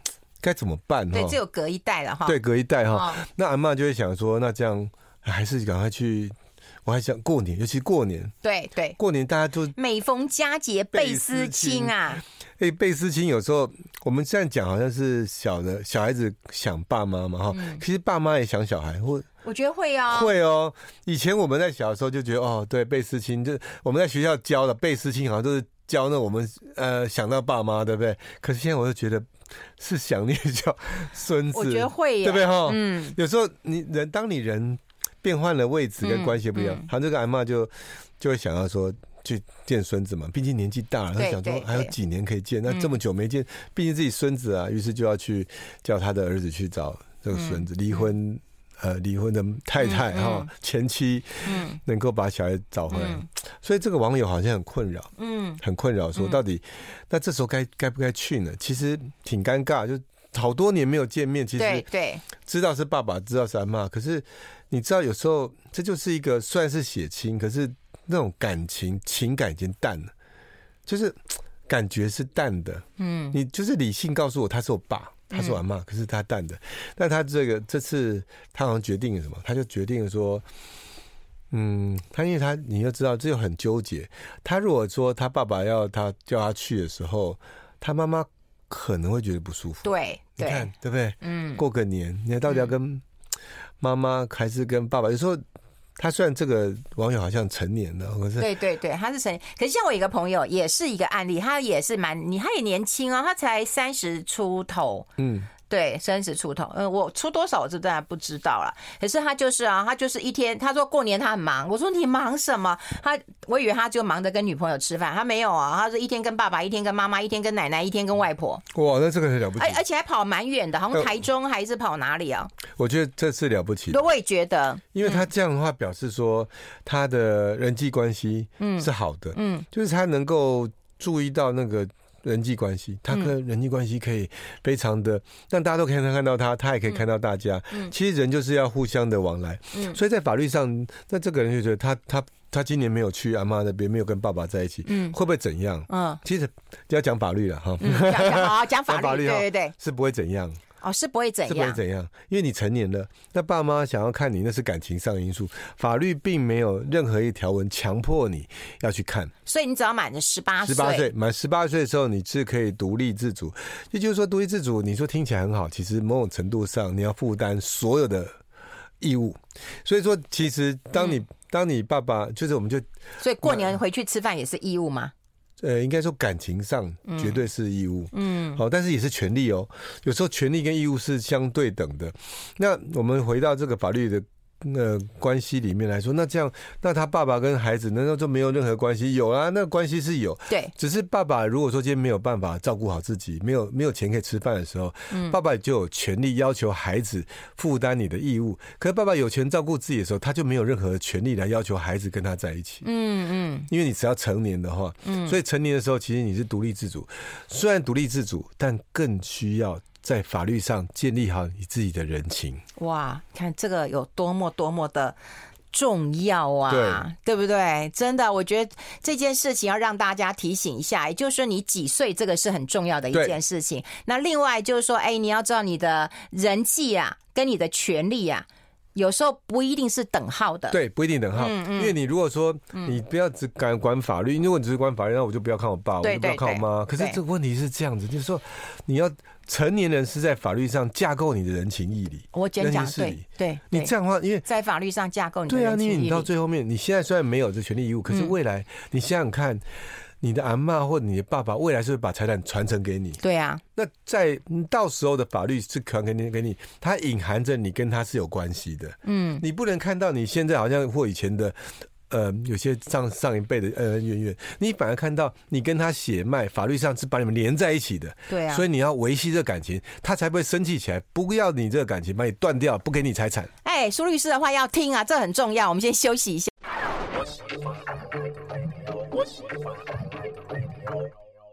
B: 该怎么办？
A: 对，只有隔一代了哈。
B: 对，隔一代哈。那阿嬷就会想说，那这样还是赶快去。我还想过年，尤其过年，
A: 对对，
B: 过年大家就
A: 每逢佳节倍思亲啊。
B: 哎，倍思亲有时候我们这样讲好像是小的小孩子想爸妈嘛哈，嗯、其实爸妈也想小孩，或
A: 我觉得会啊、
B: 哦，会哦。以前我们在小的时候就觉得哦，对，倍思亲，就我们在学校教的倍思亲，好像都是教那我们呃想到爸妈，对不对？可是现在我就觉得是想念叫孙子，我
A: 觉得会耶，
B: 对不对哈？嗯，有时候你人当你人。变换了位置跟关系不一样，他、嗯嗯、这个阿嬷就就会想要说去见孙子嘛，毕竟年纪大了，他想说还有几年可以见，那这么久没见，毕竟自己孙子啊，于是就要去叫他的儿子去找这个孙子，离、嗯、婚、嗯、呃离婚的太太哈、嗯、前妻，嗯，能够把小孩找回来，嗯、所以这个网友好像很困扰，嗯，很困扰，说到底，嗯、那这时候该该不该去呢？其实挺尴尬，就好多年没有见面，其实
A: 对对，
B: 知道是爸爸，知道是阿嬷，可是。你知道有时候这就是一个虽然是血亲，可是那种感情情感已经淡了，就是感觉是淡的。嗯，你就是理性告诉我他是我爸，他是我阿嬷，可是他淡的。但他这个这次他好像决定了什么，他就决定了说，嗯，他因为他你要知道这就很纠结。他如果说他爸爸要他叫他去的时候，他妈妈可能会觉得不舒服。
A: 对，
B: 你看对不对？嗯，过个年，你到底要跟妈妈还是跟爸爸？有时候他虽然这个网友好像成年了，可是
A: 对对对，他是成年。可是像我有一个朋友，也是一个案例，他也是蛮你，他也年轻啊，他才三十出头，嗯。对，三十出头，嗯，我出多少我这当然不知道了。可是他就是啊，他就是一天，他说过年他很忙，我说你忙什么？他我以为他就忙着跟女朋友吃饭，他没有啊，他说一天跟爸爸，一天跟妈妈，一天跟奶奶，一天跟外婆。
B: 哇，那这个很了不起，
A: 而而且还跑蛮远的，好像台中还是跑哪里啊？
B: 我觉得这是了不起的，
A: 我也觉得，
B: 因为他这样的话表示说他的人际关系是好的，嗯，嗯就是他能够注意到那个。人际关系，他跟人际关系可以非常的让大家都可以看到他，他也可以看到大家。嗯，其实人就是要互相的往来。嗯，所以在法律上，那这个人就觉得他他他今年没有去阿嬷那边，没有跟爸爸在一起，嗯，会不会怎样？嗯，其实要讲法律了哈。嗯，
A: 好讲法律，法律对对对，
B: 是不会怎样。
A: 哦，是不会怎样，
B: 是不会怎样，因为你成年了，那爸妈想要看你，那是感情上的因素，法律并没有任何一条文强迫你要去看，
A: 所以你只要满了十八岁，
B: 十八岁满十八岁的时候，你是可以独立自主。也就是说，独立自主，你说听起来很好，其实某种程度上你要负担所有的义务。所以说，其实当你、嗯、当你爸爸就是我们就，
A: 所以过年回去吃饭也是义务吗？
B: 呃，应该说感情上绝对是义务，嗯，好，但是也是权利哦。有时候权利跟义务是相对等的。那我们回到这个法律的呃关系里面来说，那这样，那他爸爸跟孩子难道就没有任何关系？有啊，那关系是有，
A: 对，
B: 只是爸爸如果说今天没有办法照顾好自己，没有没有钱可以吃饭的时候，嗯，爸爸就有权利要求孩子负担你的义务。可是爸爸有权照顾自己的时候，他就没有任何权利来要求孩子跟他在一起。嗯嗯，因为你只要成年的话，嗯，所以成年的时候，其实你是独立自主。虽然独立自主，但更需要在法律上建立好你自己的人情。
A: 哇，看这个有多么多么的重要啊，对，对不对？真的，我觉得这件事情要让大家提醒一下，也就是说你几岁这个是很重要的一件事情。那另外就是说，哎，你要知道你的人际啊，跟你的权利啊，有时候不一定是等号的，
B: 对，不一定等号。嗯嗯，因为你如果说你不要只敢管法律，如果你只是管法律，那我就不要看我爸，我就不要看我妈。可是这个问题是这样子，就是说你要成年人是在法律上架构你的人情义理。
A: 我讲讲对对，
B: 你这样的话，因为
A: 在法律上架构你的人情义理。
B: 对啊，因为你到最后面，你现在虽然没有这权利义务，可是未来你想想看。你的阿嬷或你的爸爸未来是会把财产传承给你，
A: 对啊。
B: 那在到时候的法律是传给你，给你，它隐含着你跟他是有关系的。嗯，你不能看到你现在好像或以前的，呃，有些上上一辈的恩恩怨怨，你反而看到你跟他血脉法律上是把你们连在一起的。
A: 对啊，
B: 所以你要维系这感情，他才不会生气起来，不要你这个感情把你断掉，不给你财产。
A: 哎，苏律师的话要听啊，这很重要。我们先休息一下。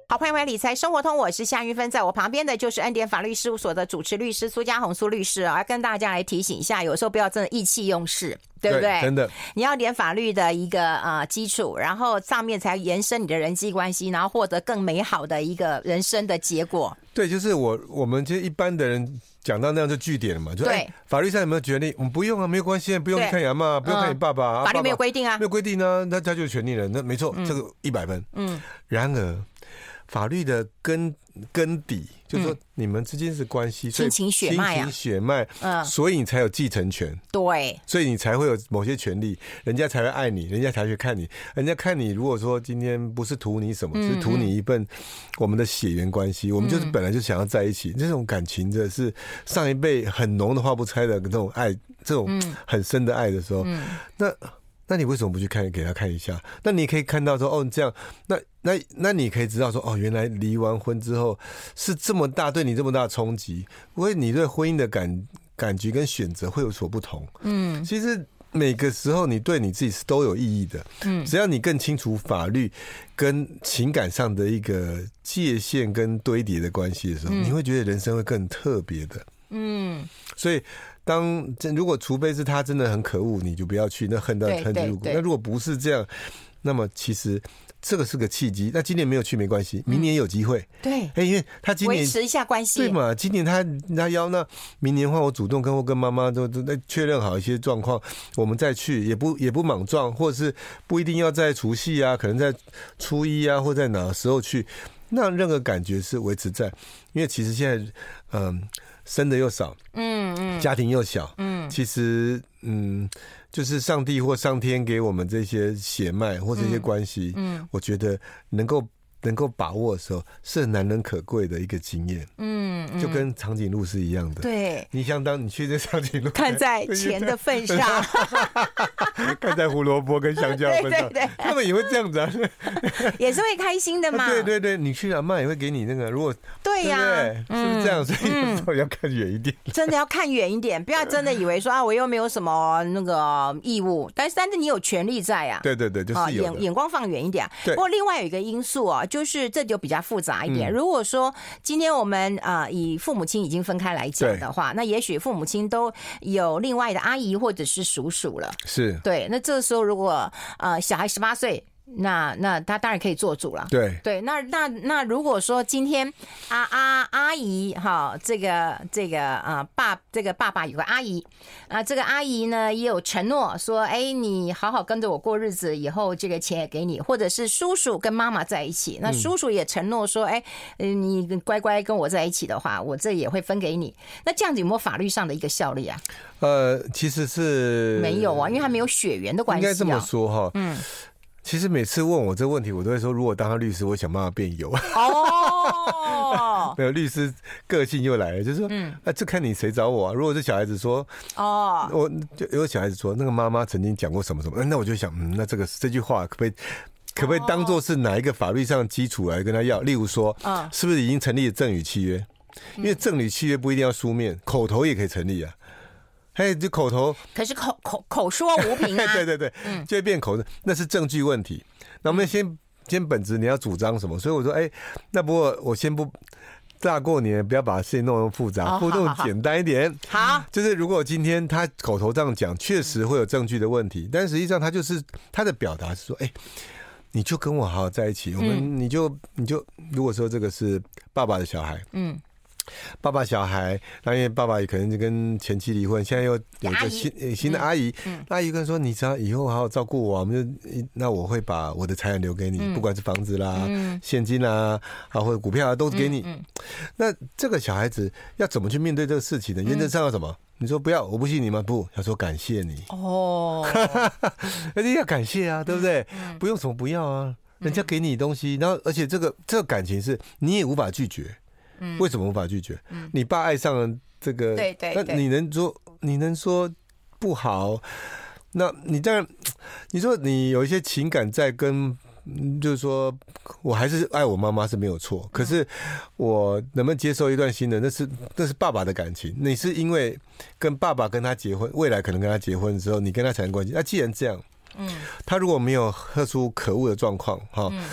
A: 好，欢迎回来理财生活通，我是夏云芬，在我旁边的就是恩典法律事务所的主持律师苏嘉宏苏律师啊，要跟大家来提醒一下，有时候不要真的意气用事，对不对？
B: 对真的，
A: 你要连法律的一个呃基础，然后上面才延伸你的人际关系，然后获得更美好的一个人生的结果。
B: 对，就是我我们这一般的人讲到那样就据点了嘛，就对、欸、法律上有没有权利？我们不用啊，没有关系，不用看你阿嬷，不用看你爸爸，
A: 嗯、法律没有规定啊，
B: 没有规定啊，那他就是权利人，那没错，嗯、这个一百分。嗯，然而。法律的根根底，就是说你们之间是关系，
A: 亲情血脉啊，
B: 亲情血脉，嗯，所以你才有继承权，
A: 对，
B: 所以你才会有某些权利，人家才会爱你，人家才会看你，人家看你，如果说今天不是图你什么，是图你一份我们的血缘关系，我们就是本来就想要在一起，这种感情的是上一辈很浓的化不拆的这种爱，这种很深的爱的时候，那。那你为什么不去看给他看一下？那你可以看到说哦，这样，那那那你可以知道说哦，原来离完婚之后是这么大，对你这么大的冲击，因为你对婚姻的感感觉跟选择会有所不同。嗯，其实每个时候你对你自己是都有意义的。嗯，只要你更清楚法律跟情感上的一个界限跟堆叠的关系的时候，嗯、你会觉得人生会更特别的。嗯，所以。当如果除非是他真的很可恶，你就不要去，那恨到恨之入骨。那如果不是这样，那么其实这个是个契机。那今年没有去没关系，明年有机会。
A: 对，
B: 哎，因为他今年
A: 维持一下关系，
B: 对嘛？今年他他邀，那明年的话，我主动跟我跟妈妈都都确认好一些状况，我们再去，也不也不莽撞，或者是不一定要在除夕啊，可能在初一啊，或在哪时候去，那任何感觉是维持在。因为其实现在，嗯。生的又少，嗯嗯，家庭又小，嗯，其实嗯，就是上帝或上天给我们这些血脉或这些关系，嗯，我觉得能够能够把握的时候，是很难能可贵的一个经验，嗯，就跟长颈鹿是一样的，
A: 对，
B: 你相当你去这长颈鹿，
A: 看在钱的份上，
B: 看在胡萝卜跟香蕉份上，
A: 对对对，
B: 他们也会这样子啊，
A: 也是会开心的嘛，
B: 对对对，你去阿嬷也会给你那个，如果
A: 对呀、啊，
B: 对不对？是不是这样？所以有时候要看远一点，
A: 真的要看远一点，不要真的以为说啊，我又没有什么那个义务，但是但是你有权利在啊，
B: 对对对，就是有
A: 眼眼光放远一点。不过另外有一个因素啊，就是这就比较复杂一点。嗯、如果说今天我们啊、呃、以父母亲已经分开来讲的话，那也许父母亲都有另外的阿姨或者是叔叔了，
B: 是对。
A: 那这个时候如果呃小孩十八岁。那那他当然可以做主了，
B: 对
A: 对。那那那如果说今天阿阿阿姨哈，这个这个啊爸这个爸爸有个阿姨啊，这个阿姨呢也有承诺说，哎，你好好跟着我过日子，以后这个钱也给你，或者是叔叔跟妈妈在一起，那叔叔也承诺说，哎，你乖乖跟我在一起的话，我这也会分给你。那这样子有没有法律上的一个效力啊？
B: 呃，其实是没
A: 有啊，因为他没有血缘的关系、啊。
B: 应该这么说哈，嗯。其实每次问我这个问题，我都会说，如果当他律师，我想办法变有。哦，没有律师个性又来了，就是说，嗯，啊，这看你谁找我啊。如果是小孩子说，哦，我就有小孩子说，那个妈妈曾经讲过什么什么，那我就想，嗯，那这个这句话可不可以，可不可以当做是哪一个法律上的基础来跟他要？例如说，嗯，是不是已经成立了赠与契约？因为赠与契约不一定要书面，口头也可以成立啊。哎，这口头，
A: 可是口口口说无凭啊！
B: 对对对，嗯，就会变口，那是证据问题。那我们先先本质你要主张什么？所以我说，哎，那不过我先不大过年，不要把事情弄那么复杂，互动简单一点。
A: 好，
B: 就是如果今天他口头这样讲，确实会有证据的问题，但实际上他就是他的表达是说，哎，你就跟我好好在一起，我们你就你就如果说这个是爸爸的小孩，嗯。爸爸小孩，那因为爸爸也可能就跟前妻离婚，现在又有一个新新的阿姨，嗯、阿姨跟说：“你只要以后好好照顾我，我们就那我会把我的财产留给你，嗯、不管是房子啦、嗯、现金啦，啊或者股票啊，都给你。嗯嗯”那这个小孩子要怎么去面对这个事情呢？原则上要什么？你说不要，我不信你吗？不，他说感谢你哦，而且要感谢啊，对不对？嗯、不用什么不要啊，人家给你东西，然后而且这个这个感情是你也无法拒绝。为什么无法拒绝？嗯、你爸爱上了这个，
A: 对对对，
B: 那你能说你能说不好？那你当然，你说你有一些情感在跟，就是说我还是爱我妈妈是没有错，可是我能不能接受一段新的？那是那是爸爸的感情，你是因为跟爸爸跟他结婚，未来可能跟他结婚的时候，你跟他产生关系。那既然这样，嗯，他如果没有特殊可恶的状况，哈。嗯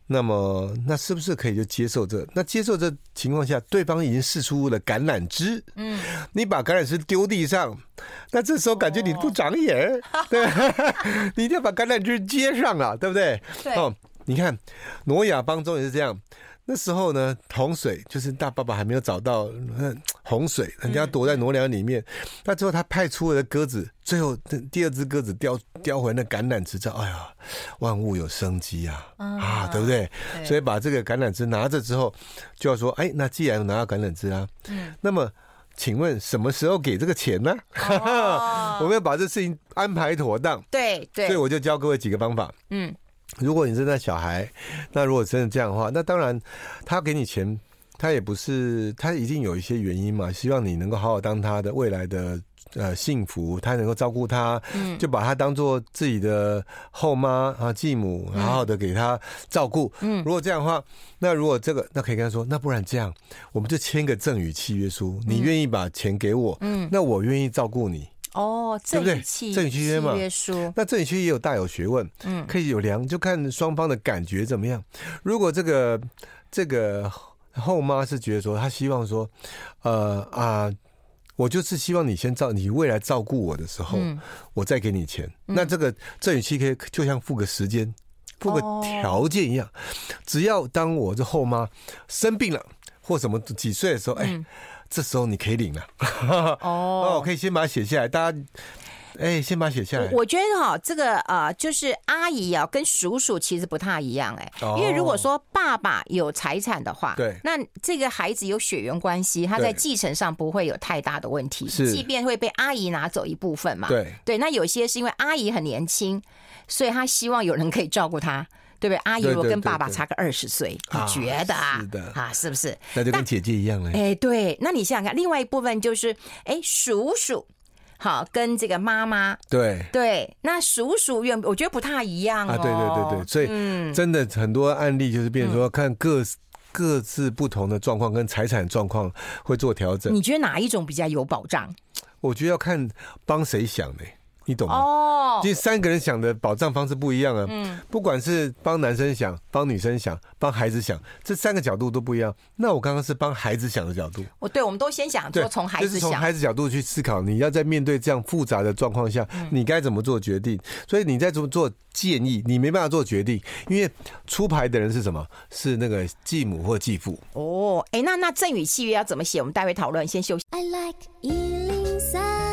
B: 那么那是不是可以就接受这？那接受这情况下，对方已经释出了橄榄枝，嗯，你把橄榄枝丢地上，那这时候感觉你不长眼，哦、对，你一定要把橄榄枝接上啊，对不对？
A: 对。
B: 哦，你看挪亚方舟也是这样。那时候呢，洪水就是大爸爸还没有找到洪水，人家躲在挪粮里面。嗯、那之后他派出了鸽子，最后第二只鸽子叼叼回那橄榄枝，知道哎呀，万物有生机啊，嗯、啊，对不对？对，所以把这个橄榄枝拿着之后，就要说，哎，那既然拿到橄榄枝啊，嗯，那么请问什么时候给这个钱呢？哦、我们要把这事情安排妥当。
A: 对对，
B: 所以我就教各位几个方法。嗯。如果你是那小孩，那如果真的这样的话，那当然他给你钱，他也不是，他一定有一些原因嘛，希望你能够好好当他的未来的呃幸福，他能够照顾他，嗯，就把他当做自己的后妈啊继母，好好的给他照顾。嗯，如果这样的话，那如果这个，那可以跟他说，那不然这样，我们就签个赠与契约书，你愿意把钱给我，嗯，那我愿意照顾你。
A: 哦，赠与契
B: 赠与契约嘛，
A: 契约书。
B: 那赠与契约也有大有学问，嗯，可以有量，就看双方的感觉怎么样。如果这个这个后妈是觉得说，她希望说，呃啊，我就是希望你先照你未来照顾我的时候，嗯、我再给你钱。嗯、那这个赠与契约就像付个时间、付个条件一样，哦、只要当我这后妈生病了或什么几岁的时候，哎、嗯。这时候你可以领了哦，可以先把它写下来，大家哎，先把它写下来。
A: 我觉得哈、哦，这个呃，就是阿姨啊，跟叔叔其实不太一样哎，哦、因为如果说爸爸有财产的话，
B: 对，
A: 那这个孩子有血缘关系，他在继承上不会有太大的问题，即便会被阿姨拿走一部分嘛，
B: 对
A: 对。那有些是因为阿姨很年轻，所以他希望有人可以照顾他。对不对？阿姨如果跟爸爸差个二十岁，你觉得啊？
B: 是的
A: 啊，是不是？
B: 那就跟姐姐一样了。
A: 哎，对，那你想想看，另外一部分就是，哎，叔叔，好，跟这个妈妈，
B: 对
A: 对，那叔叔愿，我觉得不太一样哦。
B: 啊，对对对对，所以、嗯、真的很多案例就是变成说，看各、嗯、各自不同的状况跟财产状况会做调整。
A: 你觉得哪一种比较有保障？
B: 我觉得要看帮谁想呢、欸。你懂吗？哦，其实三个人想的保障方式不一样啊。嗯，不管是帮男生想、帮女生想、帮孩子想，这三个角度都不一样。那我刚刚是帮孩子想的角度。
A: 哦，对，我们都先想说从孩子想，
B: 就是从孩子角度去思考，你要在面对这样复杂的状况下，嗯、你该怎么做决定？所以你在做做建议，你没办法做决定，因为出牌的人是什么？是那个继母或继父。
A: 哦，哎，那那赠与契约要怎么写？我们待会讨论，先休息。I like 一零三。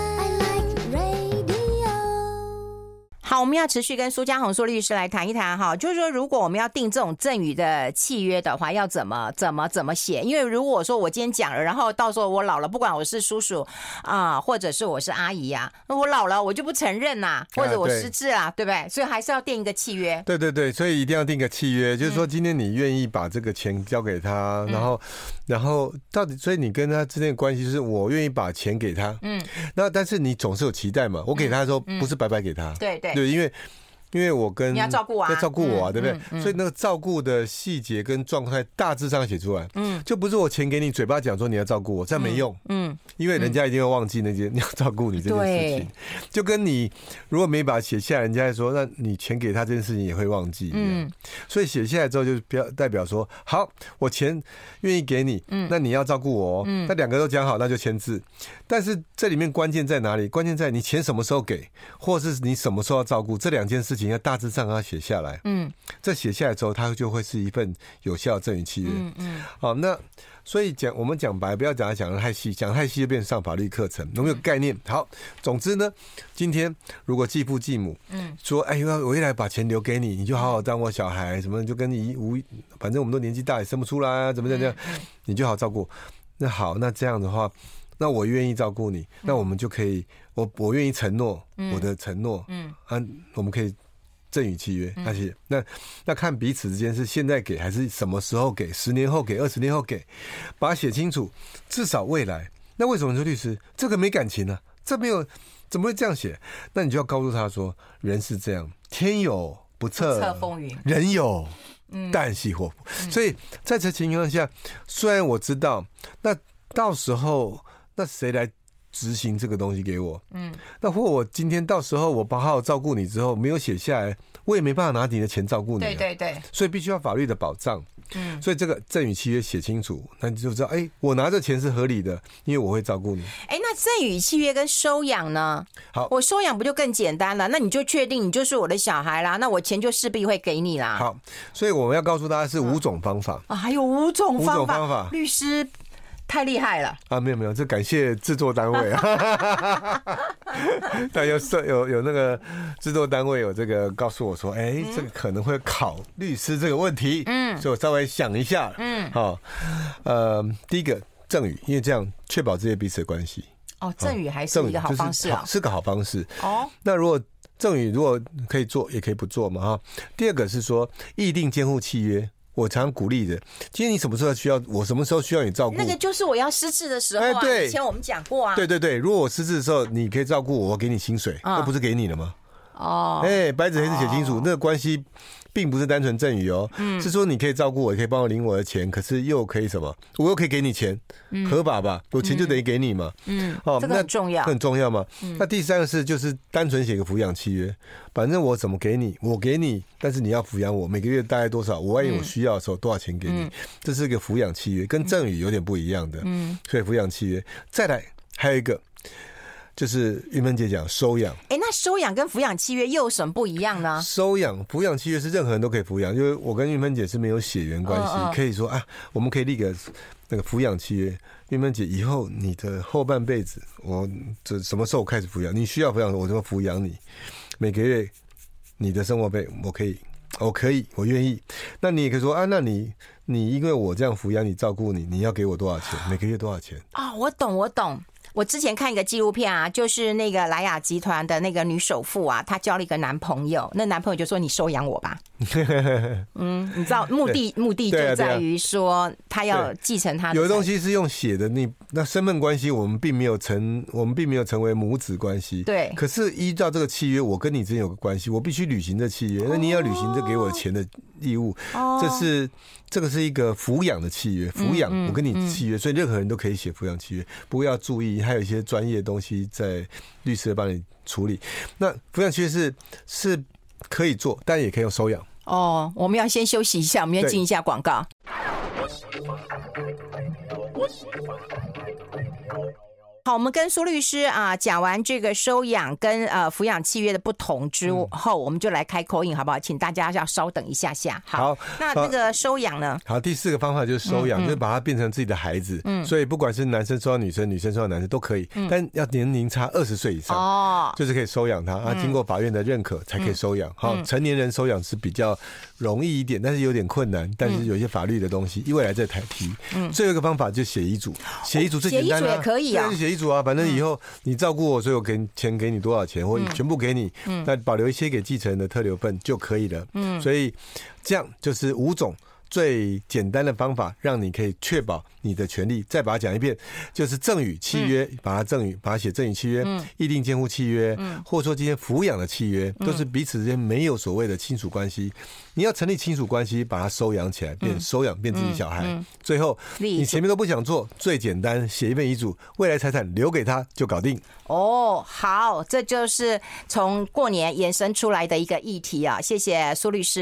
A: 好，我们要持续跟苏嘉宏苏律师来谈一谈哈，就是说，如果我们要定这种赠与的契约的话，要怎么怎么怎么写？因为如果说我今天讲了，然后到时候我老了，不管我是叔叔啊、呃，或者是我是阿姨啊，那我老了我就不承认呐、啊，或者我失智啊，对不对？所以还是要定一个契约。
B: 对对对，所以一定要定个契约，就是说今天你愿意把这个钱交给他，嗯、然后然后到底，所以你跟他之间的关系就是我愿意把钱给他，嗯，那但是你总是有期待嘛，我给他的时候不是白白给他，嗯、
A: 对对。
B: 对，因为因为我跟
A: 你要照顾我、啊，
B: 要照顾我啊，嗯、对不对？
A: 嗯嗯、
B: 所以那个照顾的细节跟状态大致上写出来，嗯，就不是我钱给你，嘴巴讲说你要照顾我，这样没用，嗯，嗯因为人家一定会忘记那件你要照顾你这件事情，就跟你如果没把它写下来，人家说那你钱给他这件事情也会忘记，嗯，所以写下来之后就表代表说好，我钱愿意给你，嗯，那你要照顾我哦，嗯，那两个都讲好，那就签字。但是这里面关键在哪里？关键在你钱什么时候给，或是你什么时候要照顾，这两件事情要大致上要写下来。嗯，这写下来之后，它就会是一份有效的赠与契约。嗯嗯。好，那所以讲我们讲白，不要讲它讲得太细，讲太细就变成上法律课程，有没有概念？好，总之呢，今天如果继父继母，嗯，说哎，我未来把钱留给你，你就好好当我小孩，什么就跟你无，反正我们都年纪大也生不出来啊，怎么怎么样，你就好照顾。那好，那这样的话。那我愿意照顾你，那我们就可以，我我愿意承诺我的承诺，嗯，啊，我们可以赠与契约，那些那那看彼此之间是现在给还是什么时候给，十年后给，二十年后给，把它写清楚，至少未来。那为什么说律师这个没感情呢、啊？这没有怎么会这样写？那你就要告诉他说，人是这样，天有不测风云，人有旦夕祸福。嗯、所以在这情况下，虽然我知道，那到时候。那谁来执行这个东西给我？嗯，那或我今天到时候我好好照顾你之后，没有写下来， 我也没办法拿你的钱照顾你、啊。
A: 对对对，
B: 所以必须要法律的保障。
A: 嗯，
B: 所以这个赠与契约写清楚，那你就知道，哎、欸，我拿这钱是合理的，因为我会照顾你。
A: 哎、欸，那赠与契约跟收养呢？
B: 好，
A: 我收养不就更简单了？那你就确定你就是我的小孩啦，那我钱就势必会给你啦。
B: 好，所以我们要告诉大家是五种方法、
A: 嗯、啊，还有五种方法，
B: 五种方法，
A: 律师太厉害了
B: 啊！没有没有，这感谢制作单位啊。但有有有那个制作单位有这个告诉我说，哎、欸，这个可能会考律师这个问题，嗯，所以我稍微想一下，嗯，好，呃，第一个赠与，因为这样确保这些彼此的关系。
A: 哦，赠与还是一个好方式啊、
B: 哦，是个好方式。
A: 哦，
B: 那如果赠与如果可以做，也可以不做嘛，哈。第二个是说议定监护契约。我常鼓励的，今天你什么时候需要我，什么时候需要你照顾？
A: 那个就是我要失智的时候啊。哎、对，以前我们讲过啊。
B: 对对对，如果我失智的时候，你可以照顾我，我给你薪水，那、嗯、不是给你了吗？
A: 哦，
B: 哎、欸，白纸黑字写清楚，哦、那个关系并不是单纯赠与哦，嗯，是说你可以照顾我，也可以帮我领我的钱，可是又可以什么？我又可以给你钱，嗯、合法吧？我钱就等于给你嘛，
A: 嗯，哦，这个很重要，
B: 很重要嘛。嗯、那第三个是就是单纯写个抚养契约，反正我怎么给你，我给你，但是你要抚养我，每个月大概多少？我万一我需要的时候多少钱给你？嗯、这是一个抚养契约，跟赠与有点不一样的，嗯，所以抚养契约。再来还有一个。就是玉芬姐讲收养，
A: 哎、欸，那收养跟抚养契约又有什么不一样呢？
B: 收养、抚养契约是任何人都可以抚养，因为我跟玉芬姐是没有血缘关系，嗯嗯可以说啊，我们可以立个那个抚养契约。玉芬姐，以后你的后半辈子，我这什么时候开始抚养？你需要抚养，我就抚养你，每个月你的生活费我可以，我可以，我愿意。那你也可以说啊，那你你因为我这样抚养你、照顾你，你要给我多少钱？每个月多少钱？
A: 啊、哦，我懂，我懂。我之前看一个纪录片啊，就是那个莱雅集团的那个女首富啊，她交了一个男朋友，那男朋友就说：“你收养我吧。”嗯，你知道目的目的就在于说他要继承他的。
B: 有的东西是用写的，你那身份关系我们并没有成，我们并没有成为母子关系。
A: 对。
B: 可是依照这个契约，我跟你之间有个关系，我必须履行这契约，那、哦、你要履行这给我钱的义务。哦。这是这个是一个抚养的契约，抚养、嗯嗯、我跟你契约，所以任何人都可以写抚养契约。不过要注意，还有一些专业的东西在律师帮你处理。那抚养契约是是可以做，但也可以用收养。
A: 哦，我们要先休息一下，我们要进一下广告。好，我们跟苏律师啊讲完这个收养跟呃抚养契约的不同之后，嗯、我们就来开call in好不好？请大家要稍等一下下。好，好那那个收养呢？
B: 好，第四个方法就是收养，嗯嗯就是把它变成自己的孩子。嗯，所以不管是男生收养女生，女生收养男生都可以，嗯、但要年龄差二十岁以上哦，就是可以收养他啊，经过法院的认可才可以收养。好、嗯，成年人收养是比较容易一点，但是有点困难，但是有一些法律的东西，未来再谈提。嗯，最后一个方法就写遗嘱，写遗嘱最简单了、啊，
A: 写遗嘱也可以啊，
B: 写遗嘱啊，反正以后你照顾我，所以我给钱给你多少钱，或者全部给你，嗯、那保留一些给继承人的特留份就可以了。嗯，所以这样就是五种最简单的方法，让你可以确保你的权利。再把它讲一遍，就是赠与契约，嗯、把它赠与，把它写赠与契约，嗯、议定监护契约，嗯、或者说今天抚养的契约，都是彼此之间没有所谓的亲属关系。你要成立亲属关系，把它收养起来，变收养变自己小孩。嗯嗯、最后你前面都不想做，最简单写一份遗嘱，未来财产留给他就搞定。
A: 哦，好，这就是从过年延伸出来的一个议题啊！谢谢苏律师。